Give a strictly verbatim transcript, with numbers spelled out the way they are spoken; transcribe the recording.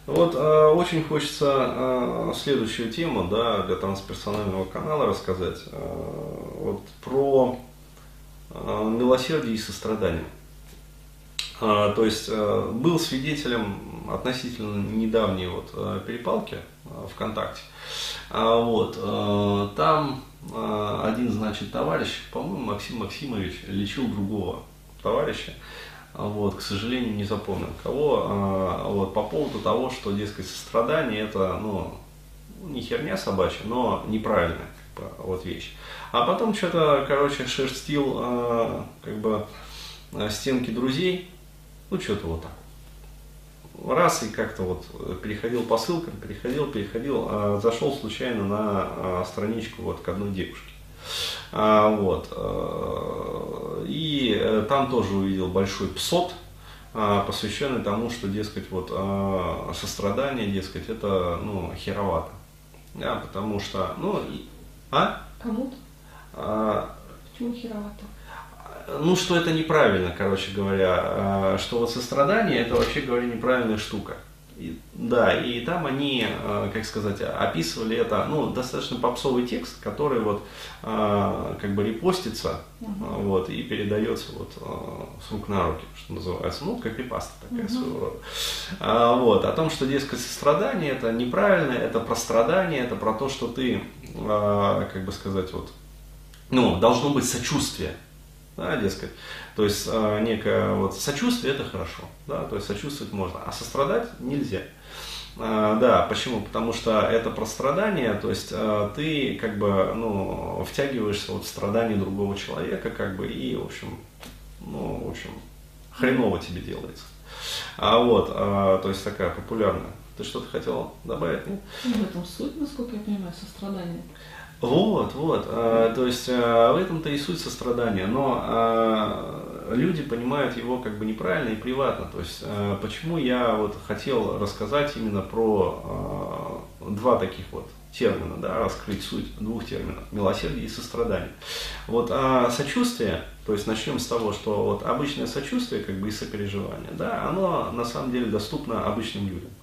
Вот э, очень хочется э, следующую тему, да, для трансперсонального канала рассказать. Э, вот про э, милосердие и сострадание. Э, то есть э, был свидетелем относительно недавней вот, э, перепалки э, ВКонтакте. А, вот, э, там э, один, значит, товарищ, по-моему, Максим Максимович, лечил другого товарища. Вот, к сожалению, не запомнил кого, а, вот, по поводу того, что, дескать, сострадание это, ну, не херня собачья, но неправильная, как бы, вот, вещь. А потом что-то, короче, шерстил, а, как бы, стенки друзей, ну, что-то вот так. Раз и как-то вот переходил по ссылкам, переходил, переходил, а, зашел случайно на а, страничку вот к одной девушке. А, вот, и там тоже увидел большой псот, а, посвященный тому, что, дескать, вот, а, сострадание, дескать, это, ну, херовато. Да, потому что, ну, и- а? Кому-то? А, Почему херовато? ну, что это неправильно, короче говоря, а, что вот сострадание это, вообще говоря, неправильная штука. И, да, и там они, э, как сказать, описывали это, ну, достаточно попсовый текст, который вот э, как бы репостится, uh-huh. вот, и передается вот э, с рук на руки, что называется, ну, как репаста такая uh-huh. своего рода. А, вот, о том, что, дескать, сострадание это неправильно, это про страдание, это про то, что ты, э, как бы сказать, вот, ну, должно быть сочувствие. Да, дескать, то есть э, некое вот сочувствие это хорошо, да, то есть сочувствовать можно, а сострадать нельзя. Э, да, почему? Потому что это про страдание, то есть э, ты как бы, ну, втягиваешься вот в страдания другого человека, как бы, и, в общем, ну, в общем, хреново тебе делается. А вот, э, то есть такая популярная. Ты что-то хотела добавить, нет? Ну, в этом суть, насколько я понимаю, сострадание. Вот, вот, э, то есть э, в этом-то и суть сострадания, но э, люди понимают его как бы неправильно и приватно, то есть э, почему я вот хотел рассказать именно про э, два таких вот термина, да, раскрыть суть двух терминов, милосердие и сострадание. Вот, а сочувствие, то есть начнем с того, что вот обычное сочувствие как бы и сопереживание, да, оно на самом деле доступно обычным людям.